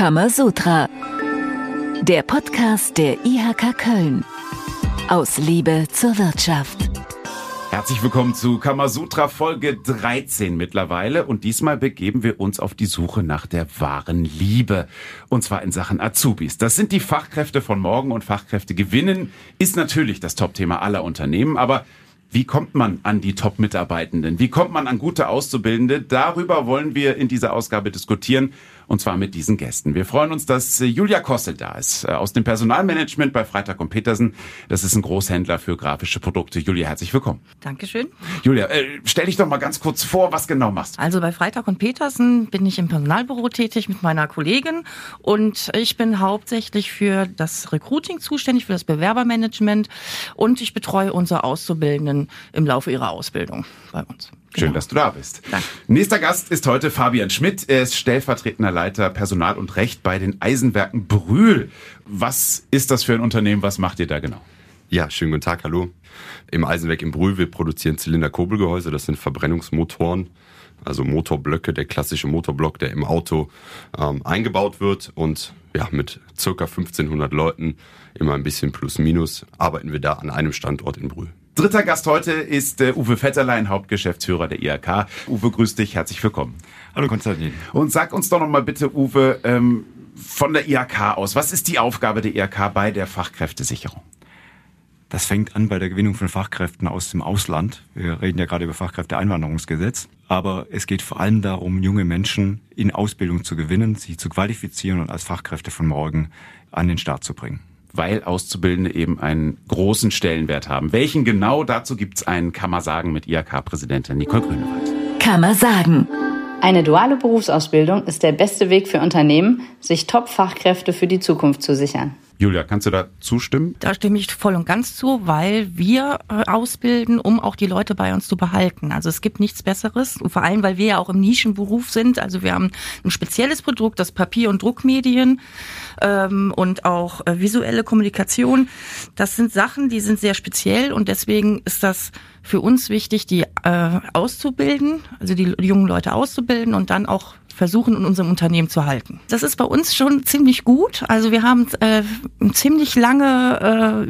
Kamasutra, der Podcast der IHK Köln. Aus Liebe zur Wirtschaft. Herzlich willkommen zu Kamasutra Folge 13 mittlerweile und diesmal begeben wir uns auf die Suche nach der wahren Liebe. Und zwar in Sachen Azubis. Das sind die Fachkräfte von morgen und Fachkräfte gewinnen ist natürlich das Topthema aller Unternehmen, aber wie kommt man an die Top-Mitarbeitenden? Wie kommt man an gute Auszubildende? Darüber wollen wir in dieser Ausgabe diskutieren. Und zwar mit diesen Gästen. Wir freuen uns, dass Julia Kossel da ist, aus dem Personalmanagement bei Freytag & Petersen. Das ist ein Großhändler für grafische Produkte. Julia, herzlich willkommen. Dankeschön. Julia, stell dich doch mal ganz kurz vor, was genau machst du? Also bei Freytag & Petersen bin ich im Personalbüro tätig mit meiner Kollegin und ich bin hauptsächlich für das Recruiting zuständig, für das Bewerbermanagement und ich betreue unsere Auszubildenden im Laufe ihrer Ausbildung bei uns. Schön, Genau. dass du da bist. Danke. Nächster Gast ist heute Fabian Schmidt. Er ist stellvertretender Leiter Personal und Recht bei den Eisenwerken Brühl. Was ist das für ein Unternehmen? Was macht ihr da genau? Ja, schönen guten Tag, hallo. Im Eisenwerk in Brühl, wir produzieren Zylinder-Kurbelgehäuse, das sind Verbrennungsmotoren, also Motorblöcke, der klassische Motorblock, der im Auto eingebaut wird und ja, mit circa 1500 Leuten, immer ein bisschen plus minus, arbeiten wir da an einem Standort in Brühl. Dritter Gast heute ist Uwe Vetterlein, Hauptgeschäftsführer der IHK. Uwe, grüß dich, herzlich willkommen. Hallo Konstantin. Und sag uns doch noch mal bitte, Uwe, von der IHK aus, was ist die Aufgabe der IHK bei der Fachkräftesicherung? Das fängt an bei der Gewinnung von Fachkräften aus dem Ausland. Wir reden ja gerade über Fachkräfteeinwanderungsgesetz. Aber es geht vor allem darum, junge Menschen in Ausbildung zu gewinnen, sie zu qualifizieren und als Fachkräfte von morgen an den Start zu bringen. Weil Auszubildende eben einen großen Stellenwert haben. Welchen genau? Dazu gibt's einen Kammersagen mit IHK-Präsidentin Nicole Grünewald. Kammersagen. Eine duale Berufsausbildung ist der beste Weg für Unternehmen, sich Top-Fachkräfte für die Zukunft zu sichern. Julia, kannst du da zustimmen? Da stimme ich voll und ganz zu, weil wir ausbilden, um auch die Leute bei uns zu behalten. Also es gibt nichts Besseres, und vor allem, weil wir ja auch im Nischenberuf sind. Also wir haben ein spezielles Produkt, das Papier- und Druckmedien und auch visuelle Kommunikation. Das sind Sachen, die sind sehr speziell und deswegen ist das für uns wichtig, die auszubilden, also die jungen Leute auszubilden und dann auch versuchen, in unserem Unternehmen zu halten. Das ist bei uns schon ziemlich gut. Also wir haben ziemlich lange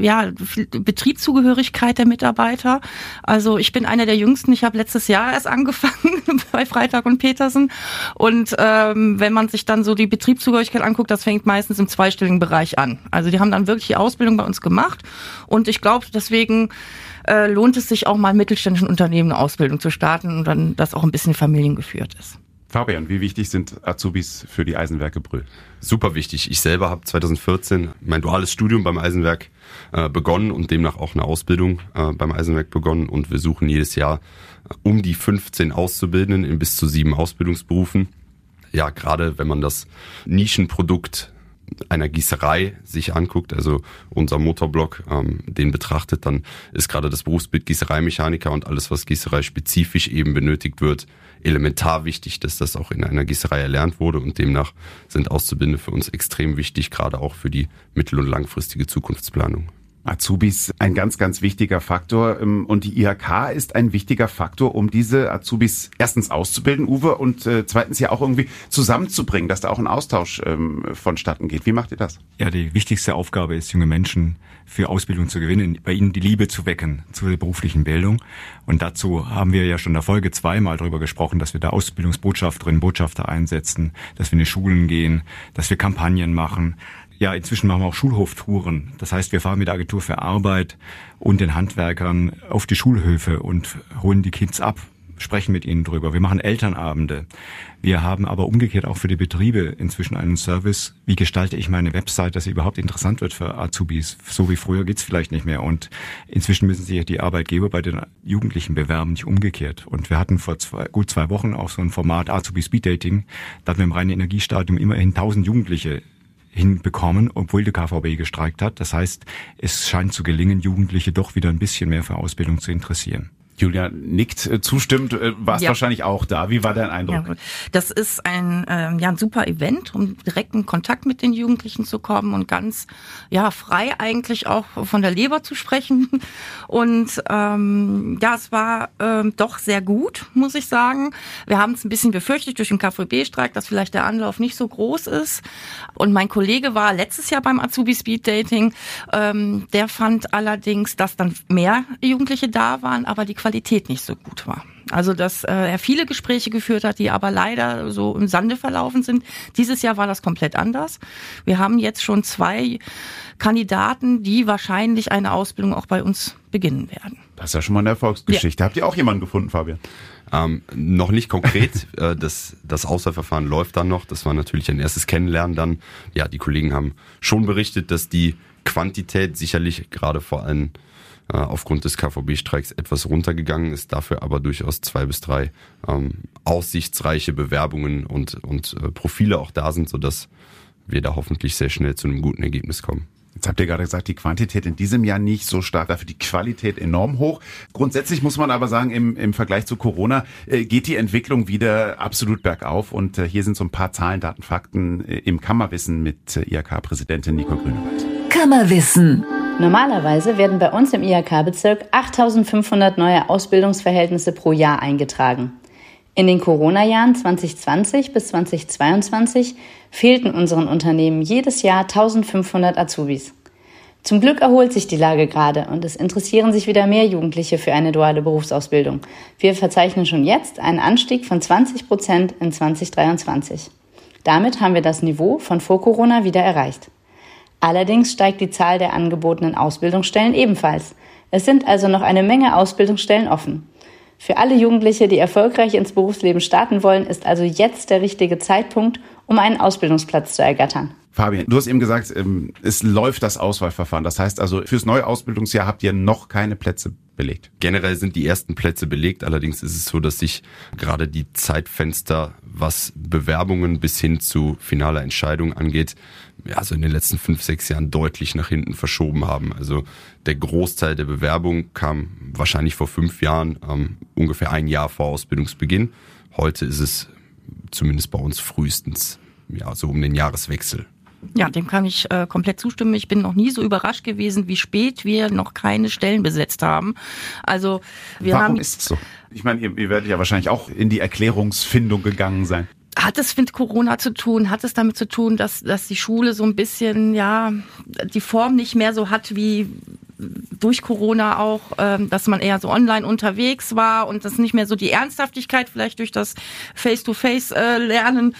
Betriebszugehörigkeit der Mitarbeiter. Also ich bin einer der Jüngsten. Ich habe letztes Jahr erst angefangen bei Freytag & Petersen. Und wenn man sich dann so die Betriebszugehörigkeit anguckt, das fängt meistens im zweistelligen Bereich an. Also die haben dann wirklich die Ausbildung bei uns gemacht. Und ich glaube, deswegen lohnt es sich auch mal, mittelständischen Unternehmen eine Ausbildung zu starten und dann, dass auch ein bisschen familiengeführt ist. Fabian, wie wichtig sind Azubis für die Eisenwerke Brühl? Super wichtig. Ich selber habe 2014 mein duales Studium beim Eisenwerk begonnen und demnach auch eine Ausbildung beim Eisenwerk begonnen. Und wir suchen jedes Jahr um die 15 Auszubildenden in bis zu 7 Ausbildungsberufen. Ja, gerade wenn man das Nischenprodukt einer Gießerei sich anguckt, also unser Motorblock, den betrachtet, dann ist gerade das Berufsbild Gießereimechaniker und alles, was Gießerei spezifisch eben benötigt wird, elementar wichtig, dass das auch in einer Gießerei erlernt wurde und demnach sind Auszubildende für uns extrem wichtig, gerade auch für die mittel- und langfristige Zukunftsplanung. Azubis ein ganz, ganz wichtiger Faktor und die IHK ist ein wichtiger Faktor, um diese Azubis erstens auszubilden, Uwe, und zweitens ja auch irgendwie zusammenzubringen, dass da auch ein Austausch vonstatten geht. Wie macht ihr das? Ja, die wichtigste Aufgabe ist, junge Menschen für Ausbildung zu gewinnen, bei ihnen die Liebe zu wecken zur beruflichen Bildung. Und dazu haben wir ja schon in der Folge 2 mal darüber gesprochen, dass wir da Ausbildungsbotschafterinnen, Botschafter einsetzen, dass wir in die Schulen gehen, dass wir Kampagnen machen. Ja, inzwischen machen wir auch Schulhoftouren. Das heißt, wir fahren mit der Agentur für Arbeit und den Handwerkern auf die Schulhöfe und holen die Kids ab, sprechen mit ihnen drüber. Wir machen Elternabende. Wir haben aber umgekehrt auch für die Betriebe inzwischen einen Service. Wie gestalte ich meine Website, dass sie überhaupt interessant wird für Azubis? So wie früher geht's vielleicht nicht mehr. Und inzwischen müssen sich die Arbeitgeber bei den Jugendlichen bewerben, nicht umgekehrt. Und wir hatten vor gut 2 Wochen auch so ein Format Azubi Speed Dating. Da hatten wir im reinen Energiestadium immerhin 1000 Jugendliche hinbekommen, obwohl die KVB gestreikt hat. Das heißt, es scheint zu gelingen, Jugendliche doch wieder ein bisschen mehr für Ausbildung zu interessieren. Julia nickt zustimmend, warst wahrscheinlich auch da. Wie war dein Eindruck? Ja, das ist ein super Event, um direkt in Kontakt mit den Jugendlichen zu kommen und ganz frei eigentlich auch von der Leber zu sprechen. Und es war doch sehr gut, muss ich sagen. Wir haben es ein bisschen befürchtet durch den KVB-Streik, dass vielleicht der Anlauf nicht so groß ist. Und mein Kollege war letztes Jahr beim Azubi Speed Dating. Der fand allerdings, dass dann mehr Jugendliche da waren, aber die Qualität nicht so gut war. Also, dass er viele Gespräche geführt hat, die aber leider so im Sande verlaufen sind. Dieses Jahr war das komplett anders. Wir haben jetzt schon 2 Kandidaten, die wahrscheinlich eine Ausbildung auch bei uns beginnen werden. Das ist ja schon mal eine Erfolgsgeschichte. Ja. Habt ihr auch jemanden gefunden, Fabian? Noch nicht konkret. Das Auswahlverfahren läuft dann noch. Das war natürlich ein erstes Kennenlernen dann. Ja, die Kollegen haben schon berichtet, dass die Quantität sicherlich gerade vor allem aufgrund des KVB-Streiks etwas runtergegangen ist, dafür aber durchaus 2 bis 3 aussichtsreiche Bewerbungen und Profile auch da sind, sodass wir da hoffentlich sehr schnell zu einem guten Ergebnis kommen. Jetzt habt ihr gerade gesagt, die Quantität in diesem Jahr nicht so stark, dafür die Qualität enorm hoch. Grundsätzlich muss man aber sagen, im Vergleich zu Corona geht die Entwicklung wieder absolut bergauf. Und hier sind so ein paar Zahlen, Daten, Fakten im Kammerwissen mit IHK-Präsidentin Nicole Grünewald. Kammerwissen. Normalerweise werden bei uns im IHK-Bezirk 8.500 neue Ausbildungsverhältnisse pro Jahr eingetragen. In den Corona-Jahren 2020 bis 2022 fehlten unseren Unternehmen jedes Jahr 1.500 Azubis. Zum Glück erholt sich die Lage gerade und es interessieren sich wieder mehr Jugendliche für eine duale Berufsausbildung. Wir verzeichnen schon jetzt einen Anstieg von 20% in 2023. Damit haben wir das Niveau von vor Corona wieder erreicht. Allerdings steigt die Zahl der angebotenen Ausbildungsstellen ebenfalls. Es sind also noch eine Menge Ausbildungsstellen offen. Für alle Jugendliche, die erfolgreich ins Berufsleben starten wollen, ist also jetzt der richtige Zeitpunkt, um einen Ausbildungsplatz zu ergattern. Fabian, du hast eben gesagt, es läuft das Auswahlverfahren. Das heißt also, fürs neue Ausbildungsjahr habt ihr noch keine Plätze belegt. Generell sind die ersten Plätze belegt. Allerdings ist es so, dass sich gerade die Zeitfenster, was Bewerbungen bis hin zu finaler Entscheidung angeht, also in den letzten 5-6 Jahren deutlich nach hinten verschoben haben. Also der Großteil der Bewerbung kam wahrscheinlich vor 5 Jahren, ungefähr 1 Jahr vor Ausbildungsbeginn. Heute ist es zumindest bei uns frühestens so um den Jahreswechsel. Ja, dem kann ich komplett zustimmen. Ich bin noch nie so überrascht gewesen, wie spät wir noch keine Stellen besetzt haben. Also Warum ist es so? Ich meine, ihr werdet ja wahrscheinlich auch in die Erklärungsfindung gegangen sein. Hat es mit Corona zu tun? Hat es damit zu tun, dass die Schule so ein bisschen, die Form nicht mehr so hat wie durch Corona auch, dass man eher so online unterwegs war und das nicht mehr so die Ernsthaftigkeit vielleicht durch das Face-to-Face-Lernen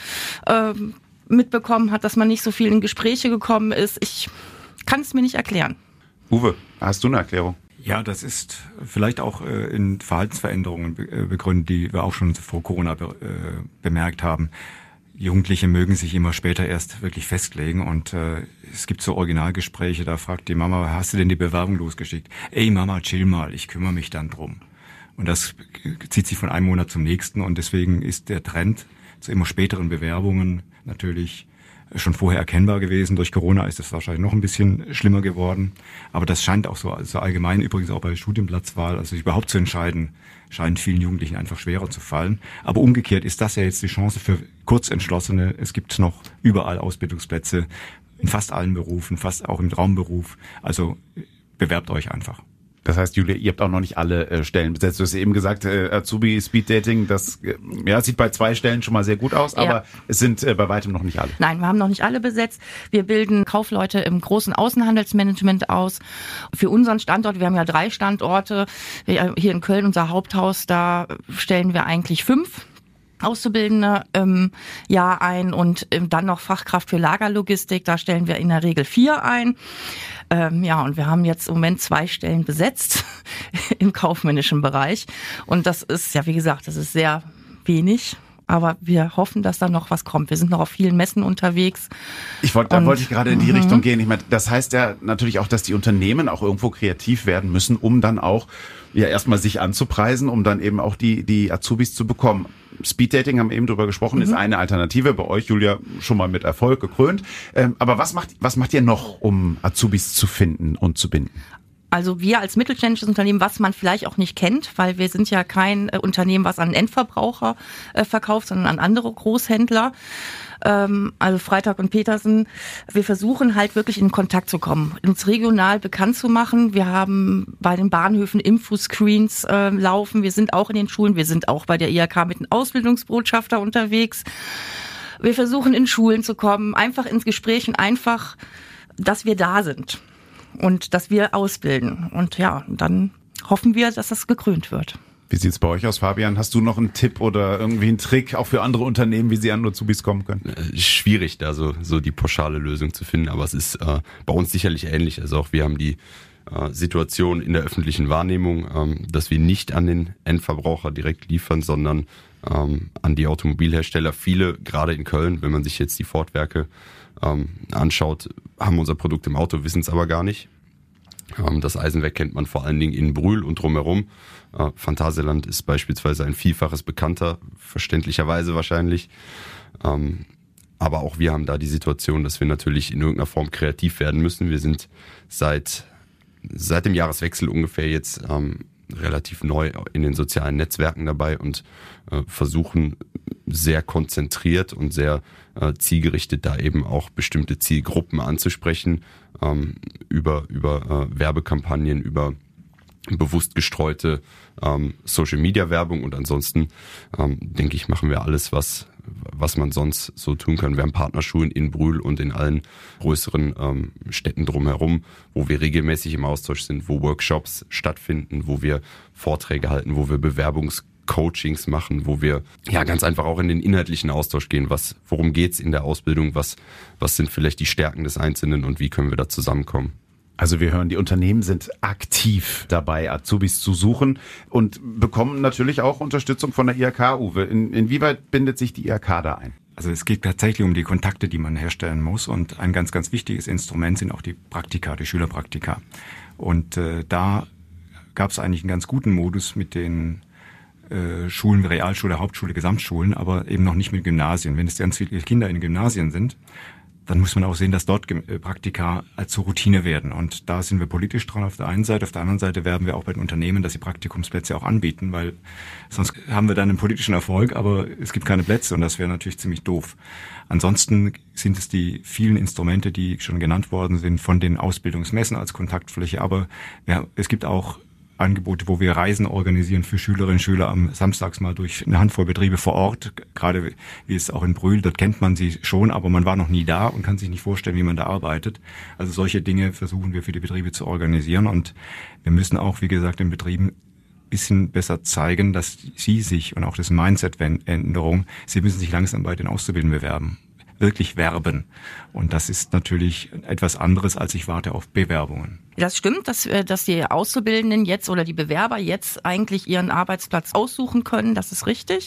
mitbekommen hat, dass man nicht so viel in Gespräche gekommen ist. Ich kann es mir nicht erklären. Uwe, hast du eine Erklärung? Ja, das ist vielleicht auch in Verhaltensveränderungen begründet, die wir auch schon vor Corona bemerkt haben. Jugendliche mögen sich immer später erst wirklich festlegen und es gibt so Originalgespräche, da fragt die Mama, hast du denn die Bewerbung losgeschickt? Ey Mama, chill mal, ich kümmere mich dann drum. Und das zieht sich von einem Monat zum nächsten und deswegen ist der Trend zu immer späteren Bewerbungen natürlich schon vorher erkennbar gewesen. Durch Corona ist es wahrscheinlich noch ein bisschen schlimmer geworden. Aber das scheint auch so allgemein, übrigens auch bei Studienplatzwahl, also sich überhaupt zu entscheiden, scheint vielen Jugendlichen einfach schwerer zu fallen. Aber umgekehrt ist das ja jetzt die Chance für Kurzentschlossene. Es gibt noch überall Ausbildungsplätze, in fast allen Berufen, fast auch im Traumberuf. Also bewerbt euch einfach. Das heißt, Julia, ihr habt auch noch nicht alle Stellen besetzt. Du hast eben gesagt, Azubi Speed Dating, das sieht bei 2 Stellen schon mal sehr gut aus, aber es sind bei weitem noch nicht alle. Nein, wir haben noch nicht alle besetzt. Wir bilden Kaufleute im großen Außenhandelsmanagement aus. Für unseren Standort, wir haben ja 3 Standorte, hier in Köln, unser Haupthaus, da stellen wir eigentlich 5 Auszubildende im Jahr ein und dann noch Fachkraft für Lagerlogistik, da stellen wir in der Regel 4 ein. Und wir haben jetzt im Moment 2 Stellen besetzt im kaufmännischen Bereich und das ist, ja wie gesagt, das ist sehr wenig. Aber wir hoffen, dass da noch was kommt. Wir sind noch auf vielen Messen unterwegs. Da wollte ich gerade in die Richtung gehen. Ich meine, das heißt ja natürlich auch, dass die Unternehmen auch irgendwo kreativ werden müssen, um dann auch erstmal sich anzupreisen, um dann eben auch die Azubis zu bekommen. Speeddating, haben wir eben drüber gesprochen, ist eine Alternative. Bei euch, Julia, schon mal mit Erfolg gekrönt. Aber was macht ihr noch, um Azubis zu finden und zu binden? Also wir als mittelständisches Unternehmen, was man vielleicht auch nicht kennt, weil wir sind ja kein Unternehmen, was an Endverbraucher verkauft, sondern an andere Großhändler. Also Freitag und Petersen. Wir versuchen halt wirklich in Kontakt zu kommen, uns regional bekannt zu machen. Wir haben bei den Bahnhöfen Infoscreens laufen. Wir sind auch in den Schulen. Wir sind auch bei der IHK mit einem Ausbildungsbotschafter unterwegs. Wir versuchen in Schulen zu kommen, einfach ins Gespräch und einfach, dass wir da sind und dass wir ausbilden. Und ja, dann hoffen wir, dass das gekrönt wird. Wie sieht's bei euch aus, Fabian? Hast du noch einen Tipp oder irgendwie einen Trick auch für andere Unternehmen, wie sie an Azubis kommen können? Schwierig, da so die pauschale Lösung zu finden, aber es ist bei uns sicherlich ähnlich. Also auch wir haben die Situation in der öffentlichen Wahrnehmung, dass wir nicht an den Endverbraucher direkt liefern, sondern an die Automobilhersteller. Viele, gerade in Köln, wenn man sich jetzt die Ford-Werke anschaut, haben unser Produkt im Auto, wissen es aber gar nicht. Das Eisenwerk kennt man vor allen Dingen in Brühl und drumherum. Phantasialand ist beispielsweise ein Vielfaches bekannter, verständlicherweise wahrscheinlich. Aber auch wir haben da die Situation, dass wir natürlich in irgendeiner Form kreativ werden müssen. Wir sind seit dem Jahreswechsel ungefähr jetzt relativ neu in den sozialen Netzwerken dabei und versuchen sehr konzentriert und sehr zielgerichtet da eben auch bestimmte Zielgruppen anzusprechen, über Werbekampagnen, über bewusst gestreute Social-Media-Werbung und ansonsten denke ich, machen wir alles, was man sonst so tun kann. Wir haben Partnerschulen in Brühl und in allen größeren Städten drumherum, wo wir regelmäßig im Austausch sind, wo Workshops stattfinden, wo wir Vorträge halten, wo wir Bewerbungscoachings machen, wo wir ja ganz einfach auch in den inhaltlichen Austausch gehen. Worum geht's in der Ausbildung? Was sind vielleicht die Stärken des Einzelnen und wie können wir da zusammenkommen? Also wir hören, die Unternehmen sind aktiv dabei, Azubis zu suchen und bekommen natürlich auch Unterstützung von der IHK, Uwe. Inwieweit bindet sich die IHK da ein? Also es geht tatsächlich um die Kontakte, die man herstellen muss und ein ganz, ganz wichtiges Instrument sind auch die Praktika, die Schülerpraktika. Und da gab es eigentlich einen ganz guten Modus mit den Schulen, Realschule, Hauptschule, Gesamtschulen, aber eben noch nicht mit Gymnasien. Wenn es ganz viele Kinder in Gymnasien sind, dann muss man auch sehen, dass dort Praktika als zur Routine werden. Und da sind wir politisch dran auf der einen Seite. Auf der anderen Seite werben wir auch bei den Unternehmen, dass sie Praktikumsplätze auch anbieten, weil sonst haben wir dann einen politischen Erfolg, aber es gibt keine Plätze und das wäre natürlich ziemlich doof. Ansonsten sind es die vielen Instrumente, die schon genannt worden sind, von den Ausbildungsmessen als Kontaktfläche. Aber es gibt auch Angebote, wo wir Reisen organisieren für Schülerinnen und Schüler am Samstags mal durch eine Handvoll Betriebe vor Ort, gerade wie es auch in Brühl, dort kennt man sie schon, aber man war noch nie da und kann sich nicht vorstellen, wie man da arbeitet. Also solche Dinge versuchen wir für die Betriebe zu organisieren und wir müssen auch, wie gesagt, den Betrieben ein bisschen besser zeigen, dass sie sich und auch das Mindset-Änderung, sie müssen sich langsam bei den Auszubildenden bewerben. Wirklich werben. Und das ist natürlich etwas anderes, als ich warte auf Bewerbungen. Das stimmt, dass die Auszubildenden jetzt oder die Bewerber jetzt eigentlich ihren Arbeitsplatz aussuchen können. Das ist richtig.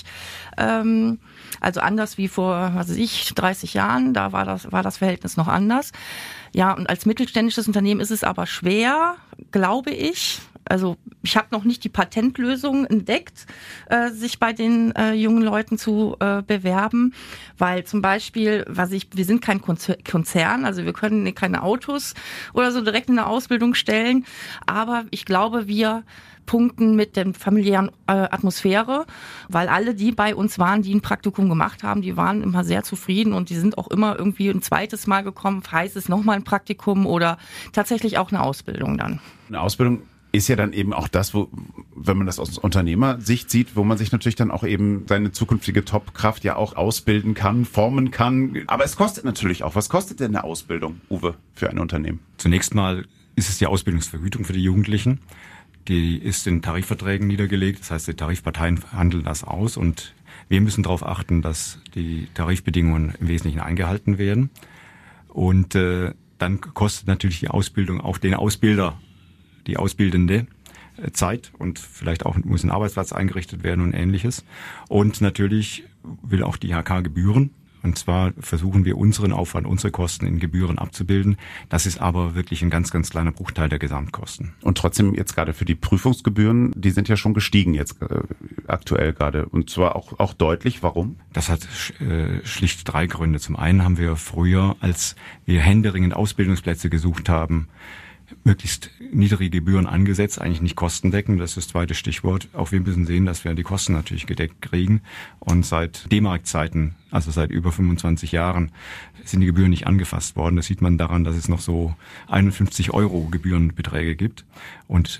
Also anders wie vor, 30 Jahren, da war das Verhältnis noch anders. Ja, und als mittelständisches Unternehmen ist es aber schwer, glaube ich. Also ich habe noch nicht die Patentlösung entdeckt, sich bei den jungen Leuten zu bewerben, weil zum Beispiel, wir sind kein Konzern, also wir können keine Autos oder so direkt in eine Ausbildung stellen, aber ich glaube, wir punkten mit der familiären Atmosphäre, weil alle, die bei uns waren, die ein Praktikum gemacht haben, die waren immer sehr zufrieden und die sind auch immer irgendwie ein zweites Mal gekommen, heißt es nochmal ein Praktikum oder tatsächlich auch eine Ausbildung dann. Eine Ausbildung ist ja dann eben auch das, wenn man das aus Unternehmersicht sieht, wo man sich natürlich dann auch eben seine zukünftige Topkraft ja auch ausbilden kann, formen kann. Aber es kostet natürlich auch. Was kostet denn eine Ausbildung, Uwe, für ein Unternehmen? Zunächst mal ist es die Ausbildungsvergütung für die Jugendlichen. Die ist in Tarifverträgen niedergelegt. Das heißt, die Tarifparteien handeln das aus und wir müssen darauf achten, dass die Tarifbedingungen im Wesentlichen eingehalten werden. Und dann kostet natürlich die Ausbildung auch den Ausbilder, die ausbildende Zeit und vielleicht auch muss ein Arbeitsplatz eingerichtet werden und Ähnliches. Und natürlich will auch die IHK Gebühren. Und zwar versuchen wir unseren Aufwand, unsere Kosten in Gebühren abzubilden. Das ist aber wirklich ein ganz, ganz kleiner Bruchteil der Gesamtkosten. Und trotzdem jetzt gerade für die Prüfungsgebühren, die sind ja schon gestiegen jetzt aktuell gerade. Und zwar auch deutlich. Warum? Das hat schlicht 3 Gründe. Zum einen haben wir früher, als wir händeringend Ausbildungsplätze gesucht haben, möglichst niedrige Gebühren angesetzt, eigentlich nicht kostendeckend, das ist das zweite Stichwort. Auch wir müssen sehen, dass wir die Kosten natürlich gedeckt kriegen. Und seit D-Mark-Zeiten, also seit über 25 Jahren, sind die Gebühren nicht angefasst worden. Das sieht man daran, dass es noch so 51 € Gebührenbeträge gibt. Und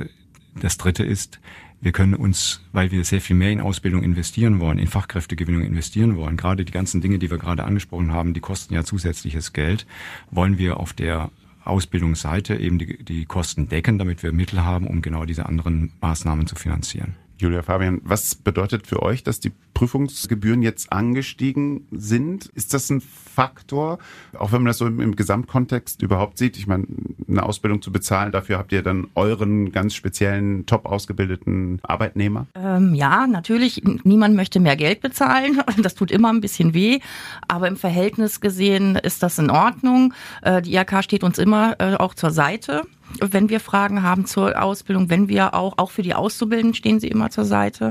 das dritte ist, wir können uns, weil wir sehr viel mehr in Ausbildung investieren wollen, in Fachkräftegewinnung investieren wollen, gerade die ganzen Dinge, die wir gerade angesprochen haben, die kosten ja zusätzliches Geld, wollen wir auf der Ausbildungsseite eben die Kosten decken, damit wir Mittel haben, um genau diese anderen Maßnahmen zu finanzieren. Julia, Fabian, was bedeutet für euch, dass die Prüfungsgebühren jetzt angestiegen sind? Ist das ein Faktor, auch wenn man das so im Gesamtkontext überhaupt sieht? Ich meine, eine Ausbildung zu bezahlen, dafür habt ihr dann euren ganz speziellen, top ausgebildeten Arbeitnehmer? Ja, natürlich. Niemand möchte mehr Geld bezahlen. Das tut immer ein bisschen weh. Aber im Verhältnis gesehen ist das in Ordnung. Die IHK steht uns immer auch zur Seite. Wenn wir Fragen haben zur Ausbildung, wenn wir auch für die Auszubildenden stehen sie immer zur Seite.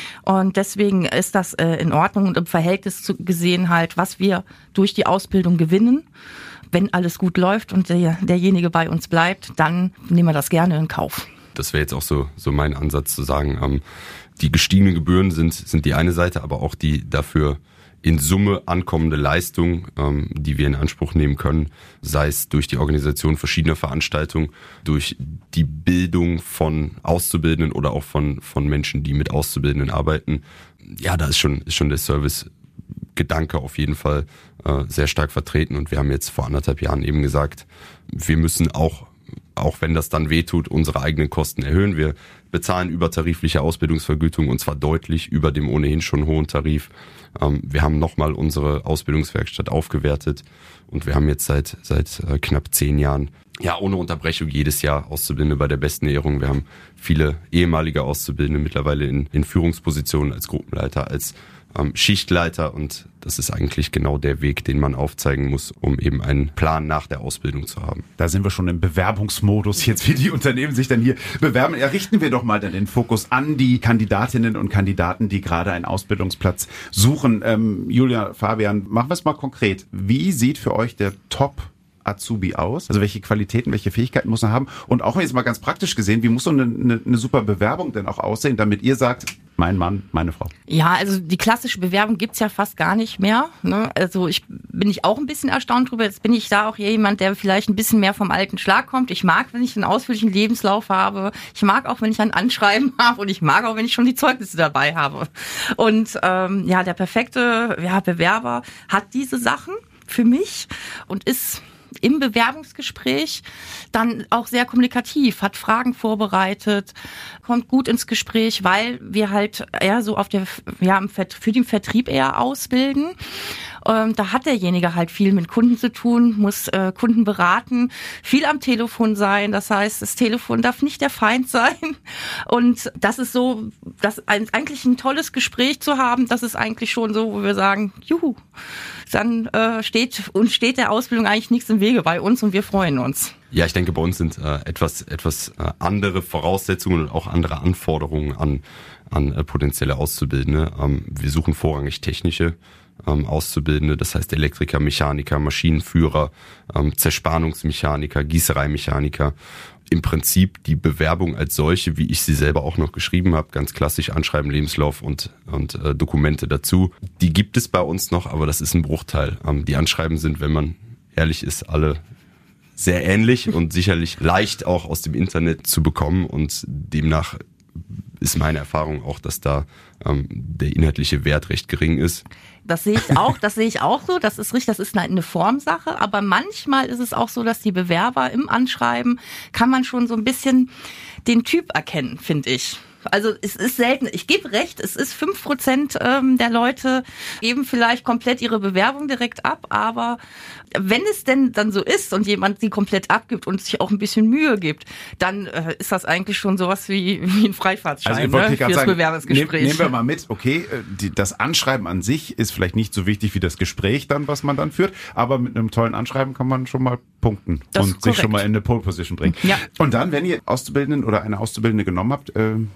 Und deswegen ist das in Ordnung und im Verhältnis gesehen halt, was wir durch die Ausbildung gewinnen. Wenn alles gut läuft und derjenige bei uns bleibt, dann nehmen wir das gerne in Kauf. Das wäre jetzt auch so mein Ansatz zu sagen, die gestiegenen Gebühren sind die eine Seite, aber auch die dafür in Summe ankommende Leistung, die wir in Anspruch nehmen können, sei es durch die Organisation verschiedener Veranstaltungen, durch die Bildung von Auszubildenden oder auch von Menschen, die mit Auszubildenden arbeiten. Ja, da ist schon der Service-Gedanke auf jeden Fall sehr stark vertreten. Und wir haben jetzt vor 1,5 Jahren eben gesagt, wir müssen auch wenn das dann wehtut, unsere eigenen Kosten erhöhen. Wir bezahlen übertarifliche Ausbildungsvergütung und zwar deutlich über dem ohnehin schon hohen Tarif. Wir haben nochmal unsere Ausbildungswerkstatt aufgewertet und wir haben jetzt seit knapp 10 Jahren ohne Unterbrechung jedes Jahr Auszubildende bei der besten Ehrung. Wir haben viele ehemalige Auszubildende mittlerweile in Führungspositionen als Gruppenleiter, als Schichtleiter und das ist eigentlich genau der Weg, den man aufzeigen muss, um eben einen Plan nach der Ausbildung zu haben. Da sind wir schon im Bewerbungsmodus jetzt, wie die Unternehmen sich dann hier bewerben. Richten wir doch mal dann den Fokus an die Kandidatinnen und Kandidaten, die gerade einen Ausbildungsplatz suchen. Julia, Fabian, machen wir es mal konkret. Wie sieht für euch der Top-Azubi aus? Also welche Qualitäten, welche Fähigkeiten muss er haben? Und auch jetzt mal ganz praktisch gesehen, wie muss so eine super Bewerbung denn auch aussehen, damit ihr sagt, mein Mann, meine Frau. Ja, also die klassische Bewerbung gibt's ja fast gar nicht mehr. Ne? Also bin ich auch ein bisschen erstaunt drüber. Jetzt bin ich da auch jemand, der vielleicht ein bisschen mehr vom alten Schlag kommt. Ich mag, wenn ich einen ausführlichen Lebenslauf habe. Ich mag auch, wenn ich ein Anschreiben habe. Und ich mag auch, wenn ich schon die Zeugnisse dabei habe. Und der perfekte Bewerber hat diese Sachen für mich und ist im Bewerbungsgespräch dann auch sehr kommunikativ, hat Fragen vorbereitet, kommt gut ins Gespräch, weil wir halt eher so für den Vertrieb eher ausbilden. Da hat derjenige halt viel mit Kunden zu tun, muss Kunden beraten, viel am Telefon sein. Das heißt, das Telefon darf nicht der Feind sein. Und das ist so, eigentlich ein tolles Gespräch zu haben. Das ist eigentlich schon so, wo wir sagen, juhu, dann steht der Ausbildung eigentlich nichts im Wege bei uns und wir freuen uns. Ja, ich denke, bei uns sind etwas andere Voraussetzungen und auch andere Anforderungen an potenzielle Auszubildende. Wir suchen vorrangig technische Auszubildende, das heißt Elektriker, Mechaniker, Maschinenführer, Zerspannungsmechaniker, Gießereimechaniker. Im Prinzip die Bewerbung als solche, wie ich sie selber auch noch geschrieben habe, ganz klassisch Anschreiben, Lebenslauf und Dokumente dazu. Die gibt es bei uns noch, aber das ist ein Bruchteil. Die Anschreiben sind, wenn man ehrlich ist, alle sehr ähnlich und sicherlich leicht auch aus dem Internet zu bekommen und demnach ist meine Erfahrung auch, dass da der inhaltliche Wert recht gering ist. Das sehe ich auch so. Das ist richtig, das ist eine Formsache. Aber manchmal ist es auch so, dass die Bewerber im Anschreiben kann man schon so ein bisschen den Typ erkennen, finde ich. Also es ist selten, ich gebe recht, es ist 5% der Leute geben vielleicht komplett ihre Bewerbung direkt ab, aber wenn es denn dann so ist und jemand sie komplett abgibt und sich auch ein bisschen Mühe gibt, dann ist das eigentlich schon sowas wie ein Freifahrtschein für das Bewerbungsgespräch. Nehmen wir mal mit, okay, das Anschreiben an sich ist vielleicht nicht so wichtig wie das Gespräch dann, was man dann führt, aber mit einem tollen Anschreiben kann man schon mal punkten und sich schon mal in eine Pole Position bringen. Ja. Und dann, wenn ihr Auszubildenden oder eine Auszubildende genommen habt,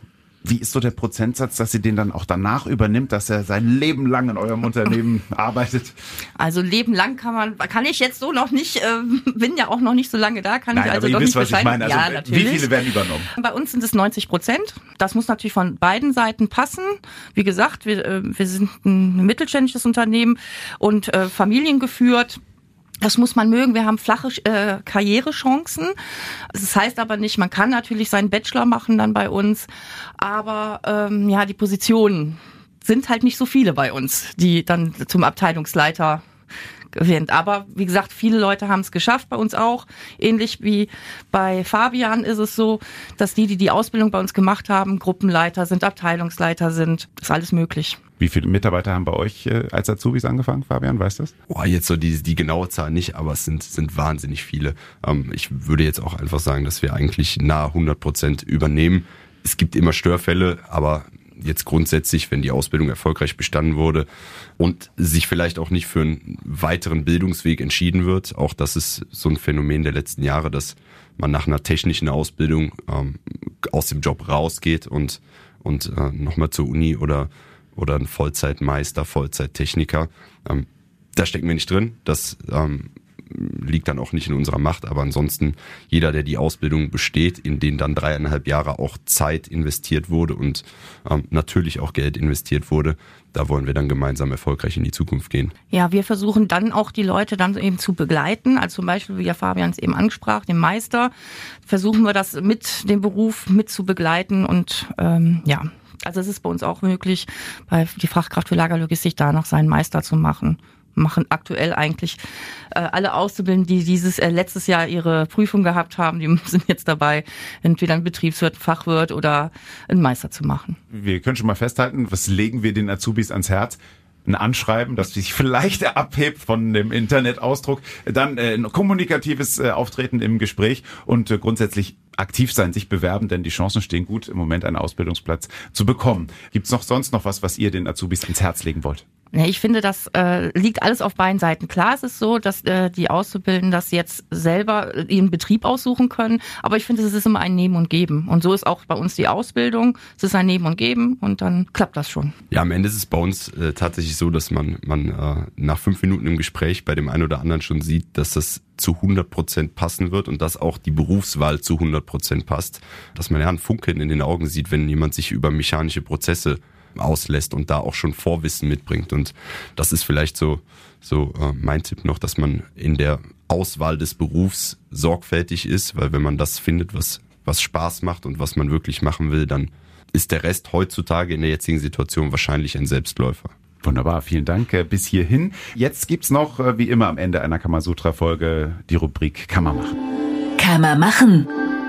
Wie ist so der Prozentsatz, dass sie den dann auch danach übernimmt, dass er sein Leben lang in eurem Unternehmen arbeitet? Also Leben lang kann ich jetzt so noch nicht, bin ja auch noch nicht so lange da, kann Nein, ich also aber noch ihr wisst, nicht was ich meine. Also, ja, natürlich. Wie viele werden übernommen? Bei uns sind es 90%. Das muss natürlich von beiden Seiten passen. Wie gesagt, wir sind ein mittelständisches Unternehmen und familiengeführt. Das muss man mögen. Wir haben flache Karrierechancen. Das heißt aber nicht, man kann natürlich seinen Bachelor machen dann bei uns. Aber die Positionen sind halt nicht so viele bei uns, die dann zum Abteilungsleiter werden. Aber wie gesagt, viele Leute haben es geschafft, bei uns auch. Ähnlich wie bei Fabian ist es so, dass die Ausbildung bei uns gemacht haben, Gruppenleiter sind, Abteilungsleiter sind. Ist alles möglich. Wie viele Mitarbeiter haben bei euch als Azubis angefangen, Fabian, weißt du das? Jetzt so die genaue Zahl nicht, aber es sind wahnsinnig viele. Ich würde jetzt auch einfach sagen, dass wir eigentlich nahe 100% übernehmen. Es gibt immer Störfälle, aber jetzt grundsätzlich, wenn die Ausbildung erfolgreich bestanden wurde und sich vielleicht auch nicht für einen weiteren Bildungsweg entschieden wird, auch das ist so ein Phänomen der letzten Jahre, dass man nach einer technischen Ausbildung aus dem Job rausgeht und nochmal zur Uni oder ein Vollzeitmeister, Vollzeittechniker. Da stecken wir nicht drin. Das liegt dann auch nicht in unserer Macht. Aber ansonsten, jeder, der die Ausbildung besteht, in denen dann 3,5 Jahre auch Zeit investiert wurde und natürlich auch Geld investiert wurde, da wollen wir dann gemeinsam erfolgreich in die Zukunft gehen. Ja, wir versuchen dann auch die Leute dann eben zu begleiten. Also zum Beispiel, wie ja Fabian es eben ansprach, den Meister, versuchen wir das mit dem Beruf mit zu begleiten und also es ist bei uns auch möglich, bei die Fachkraft für Lagerlogistik da noch seinen Meister zu machen. Machen aktuell eigentlich alle Auszubildenden, die dieses letztes Jahr ihre Prüfung gehabt haben, die sind jetzt dabei, entweder ein Betriebswirt, ein Fachwirt oder einen Meister zu machen. Wir können schon mal festhalten, was legen wir den Azubis ans Herz? Ein Anschreiben, das sich vielleicht abhebt von dem Internetausdruck, dann ein kommunikatives Auftreten im Gespräch und grundsätzlich aktiv sein, sich bewerben, denn die Chancen stehen gut, im Moment einen Ausbildungsplatz zu bekommen. Gibt's sonst noch was ihr den Azubis ans Herz legen wollt? Ja, ich finde, das liegt alles auf beiden Seiten. Klar, es ist so, dass die Auszubildenden das jetzt selber ihren Betrieb aussuchen können, aber ich finde, es ist immer ein Nehmen und Geben. Und so ist auch bei uns die Ausbildung. Es ist ein Nehmen und Geben und dann klappt das schon. Ja, am Ende ist es bei uns tatsächlich so, dass man nach 5 Minuten im Gespräch bei dem einen oder anderen schon sieht, dass das zu 100% passen wird und dass auch die Berufswahl zu 100% passt. Dass man ja ein Funkeln in den Augen sieht, wenn jemand sich über mechanische Prozesse auslässt und da auch schon Vorwissen mitbringt. Und das ist vielleicht so mein Tipp noch, dass man in der Auswahl des Berufs sorgfältig ist, weil wenn man das findet, was Spaß macht und was man wirklich machen will, dann ist der Rest heutzutage in der jetzigen Situation wahrscheinlich ein Selbstläufer. Wunderbar, vielen Dank bis hierhin. Jetzt gibt's noch, wie immer am Ende einer Kamasutra-Folge, die Rubrik Kann man machen. Kann man machen.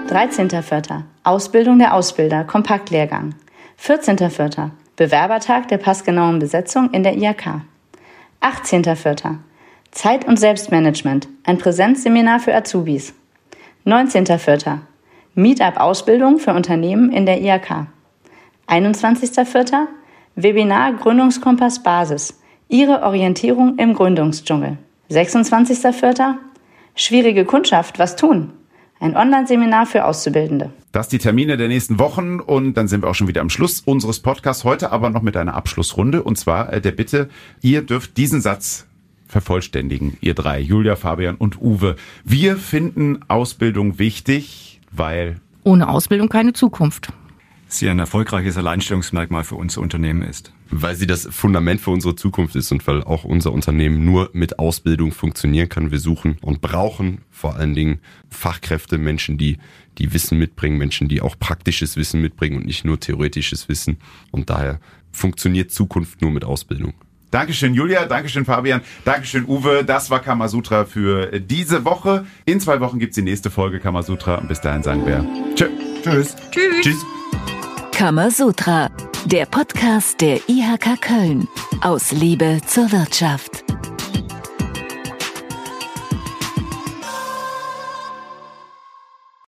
13.04. Ausbildung der Ausbilder, Kompaktlehrgang. 14.04. Bewerbertag der passgenauen Besetzung in der IHK. 18.04. Zeit- und Selbstmanagement, ein Präsenzseminar für Azubis. 19.04. Meetup-Ausbildung für Unternehmen in der IHK. 21.04. Webinar Gründungskompass Basis, Ihre Orientierung im Gründungsdschungel. 26.04. Schwierige Kundschaft, was tun? Ein Online-Seminar für Auszubildende. Das die Termine der nächsten Wochen und dann sind wir auch schon wieder am Schluss unseres Podcasts. Heute aber noch mit einer Abschlussrunde und zwar der Bitte, ihr dürft diesen Satz vervollständigen, ihr drei, Julia, Fabian und Uwe. Wir finden Ausbildung wichtig, weil... Ohne Ausbildung keine Zukunft. Sie ein erfolgreiches Alleinstellungsmerkmal für unser Unternehmen ist. Weil sie das Fundament für unsere Zukunft ist und weil auch unser Unternehmen nur mit Ausbildung funktionieren kann. Wir suchen und brauchen vor allen Dingen Fachkräfte, Menschen, die Wissen mitbringen, Menschen, die auch praktisches Wissen mitbringen und nicht nur theoretisches Wissen. Und daher funktioniert Zukunft nur mit Ausbildung. Dankeschön Julia, Dankeschön Fabian, Dankeschön Uwe. Das war Kamasutra für diese Woche. In 2 Wochen gibt's die nächste Folge Kamasutra und bis dahin sagen wir Tschüss. Tschüss. Kamasutra, der Podcast der IHK Köln. Aus Liebe zur Wirtschaft.